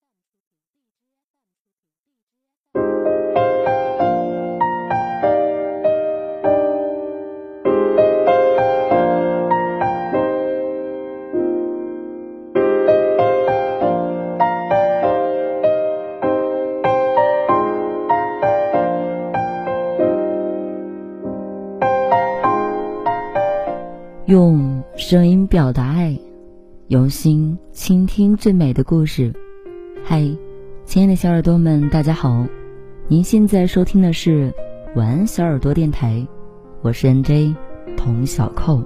用声音表达爱，用心倾听最美的故事。嗨，亲爱的小耳朵们，大家好，您现在收听的是晚安小耳朵电台，我是 NJ 童小扣。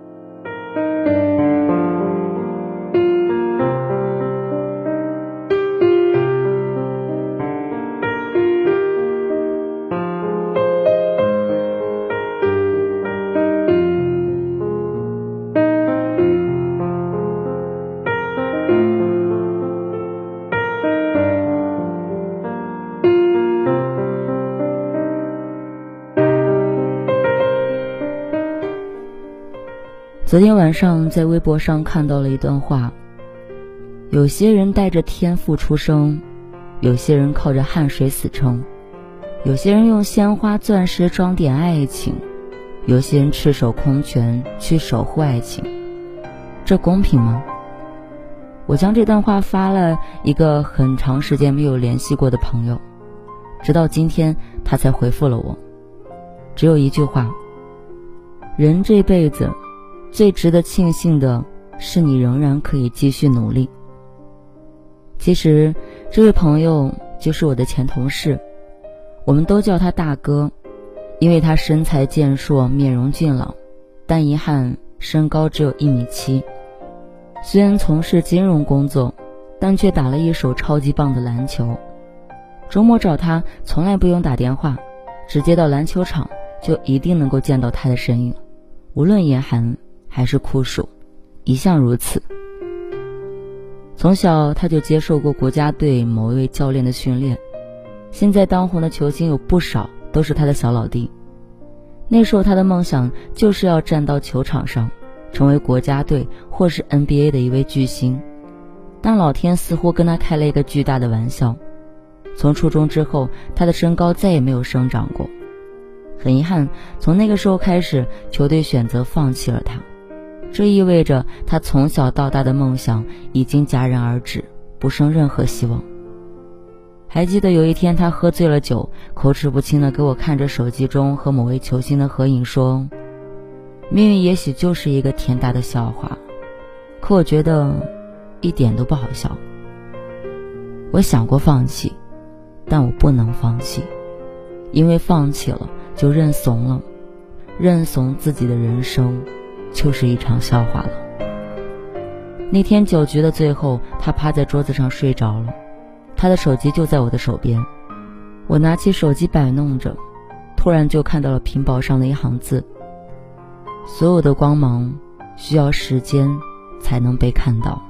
昨天晚上在微博上看到了一段话，有些人带着天赋出生，有些人靠着汗水死撑，有些人用鲜花钻石装点爱情，有些人赤手空拳去守护爱情，这公平吗？我将这段话发了一个很长时间没有联系过的朋友，直到今天他才回复了我，只有一句话：人这辈子最值得庆幸的是你仍然可以继续努力。其实这位朋友就是我的前同事，我们都叫他大哥，因为他身材健硕，面容俊朗，但遗憾身高只有1.7米。虽然从事金融工作，但却打了一手超级棒的篮球。周末找他从来不用打电话，直接到篮球场就一定能够见到他的身影，无论严寒还是酷暑，一向如此。从小他就接受过国家队某一位教练的训练，现在当红的球星有不少都是他的小老弟。那时候他的梦想就是要站到球场上，成为国家队或是 NBA 的一位巨星，但老天似乎跟他开了一个巨大的玩笑。从初中之后，他的身高再也没有生长过。很遗憾，从那个时候开始，球队选择放弃了他。这意味着他从小到大的梦想已经戛然而止，不生任何希望。还记得有一天他喝醉了酒，口齿不清地给我看着手机中和某位球星的合影，说命运也许就是一个天大的笑话。可我觉得一点都不好笑。我想过放弃，但我不能放弃，因为放弃了就认怂了，认怂自己的人生就是一场笑话了。那天酒局的最后，他趴在桌子上睡着了，他的手机就在我的手边。我拿起手机摆弄着，突然就看到了屏保上的一行字：所有的光芒需要时间才能被看到。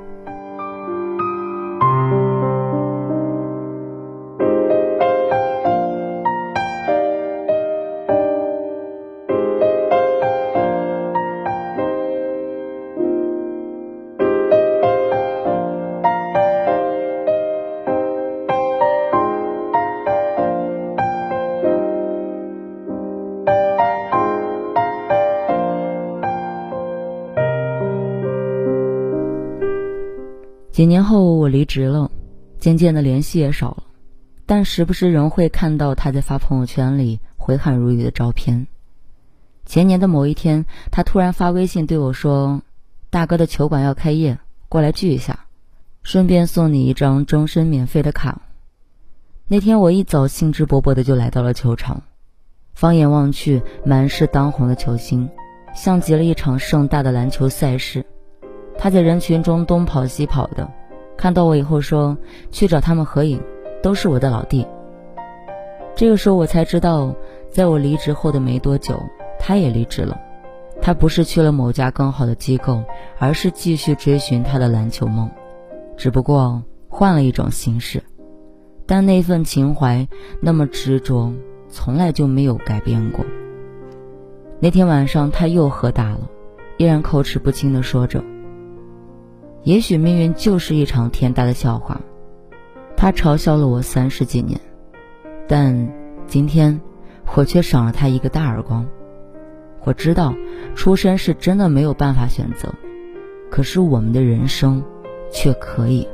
几年后我离职了，渐渐的联系也少了，但时不时仍会看到他在发朋友圈里挥汗如雨的照片。前年的某一天，他突然发微信对我说，大哥的球馆要开业，过来聚一下，顺便送你一张终身免费的卡。那天我一早兴致勃勃的就来到了球场，放眼望去，满是当红的球星，像极了一场盛大的篮球赛事。他在人群中东跑西跑的，看到我以后说，去找他们合影，都是我的老弟。这个时候我才知道，在我离职后的没多久，他也离职了。他不是去了某家更好的机构，而是继续追寻他的篮球梦，只不过换了一种形式，但那份情怀那么执着，从来就没有改变过。那天晚上他又喝大了，依然口齿不清地说着，也许命运就是一场天大的笑话， 他嘲笑了我30几年，但今天我却赏了他一个大耳光。我知道出身是真的没有办法选择，可是我们的人生却可以。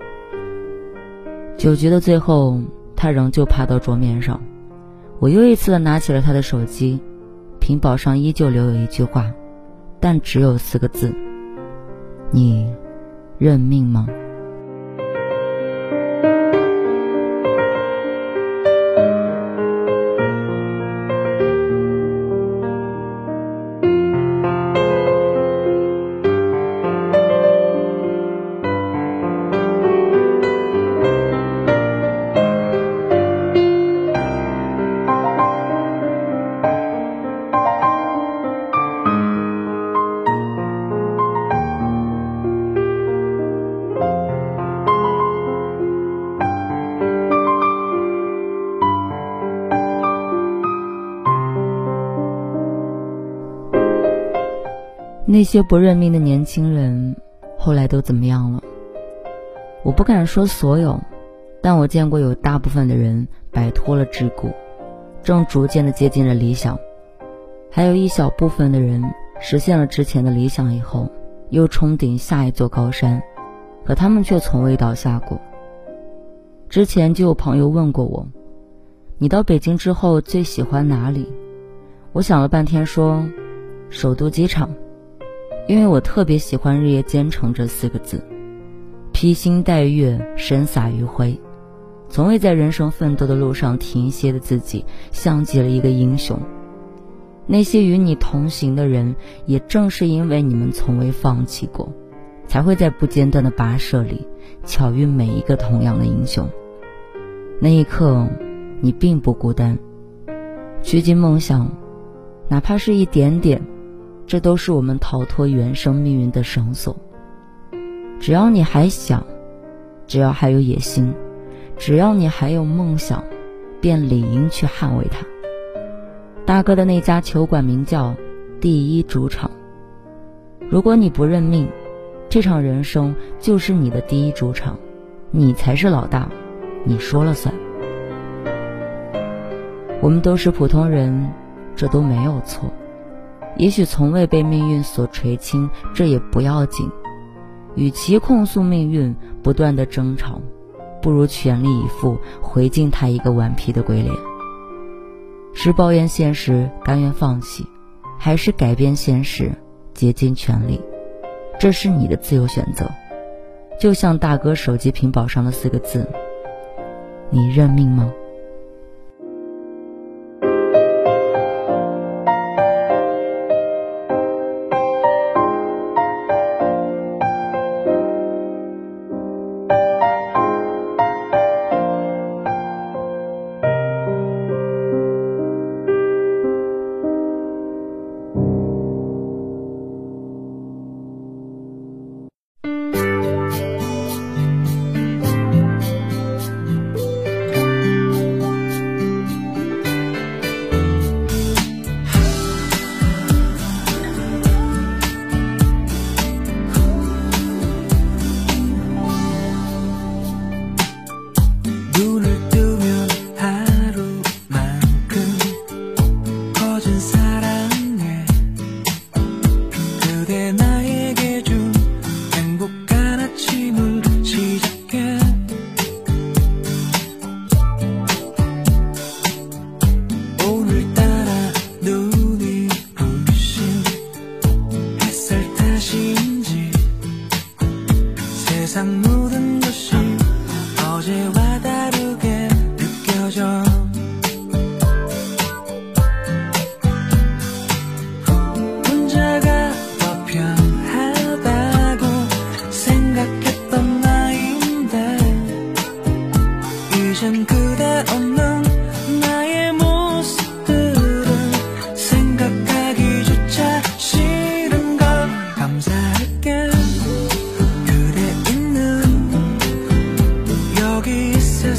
酒局的最后，他仍旧趴到桌面上，我又一次的拿起了他的手机，屏保上依旧留有一句话，但只有4个字：你认命吗？那些不认命的年轻人后来都怎么样了？我不敢说所有，但我见过有大部分的人摆脱了桎梏，正逐渐地接近了理想，还有一小部分的人实现了之前的理想以后，又冲顶下一座高山，可他们却从未倒下过。之前就有朋友问过我，你到北京之后最喜欢哪里？我想了半天说，首都机场，因为我特别喜欢日夜兼程这4个字，披星戴月，身洒余晖，从未在人生奋斗的路上停歇的自己，像极了一个英雄。那些与你同行的人，也正是因为你们从未放弃过，才会在不间断的跋涉里巧遇每一个同样的英雄。那一刻，你并不孤单。趋近梦想，哪怕是一点点，这都是我们逃脱原生命运的绳索。只要你还想，只要还有野心，只要你还有梦想，便理应去捍卫它。大哥的那家球馆名叫第一主场。如果你不认命，这场人生就是你的第一主场，你才是老大，你说了算。我们都是普通人，这都没有错。也许从未被命运所垂青，这也不要紧。与其控诉命运，不断的争吵，不如全力以赴，回敬他一个顽皮的鬼脸。是抱怨现实，甘愿放弃，还是改变现实，竭尽全力？这是你的自由选择。就像大哥手机屏保上的4个字，你认命吗？ 있을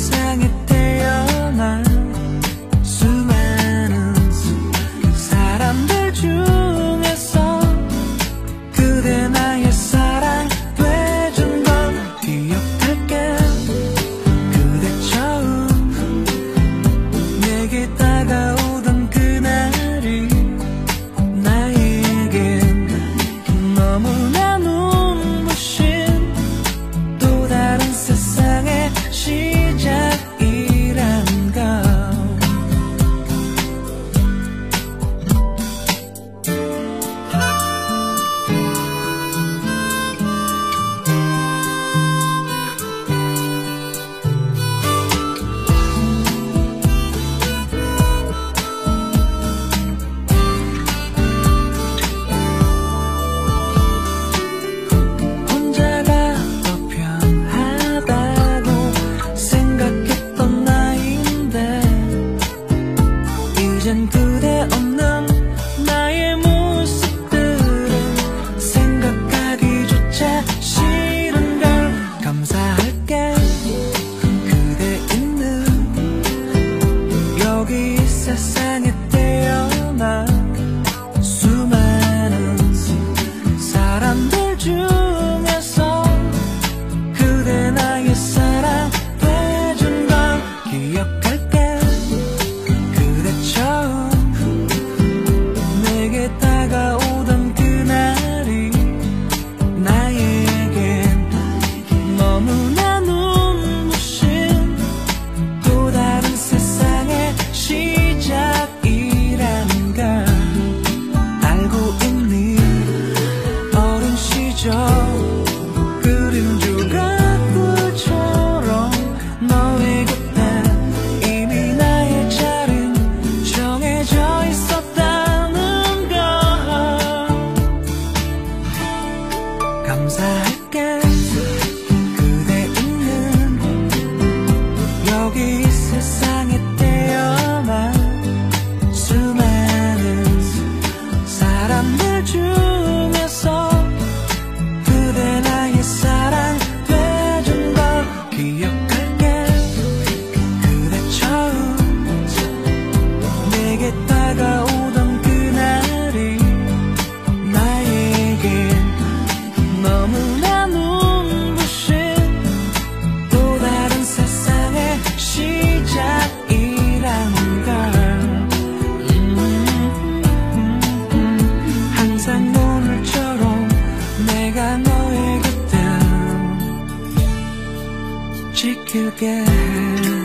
지키게 해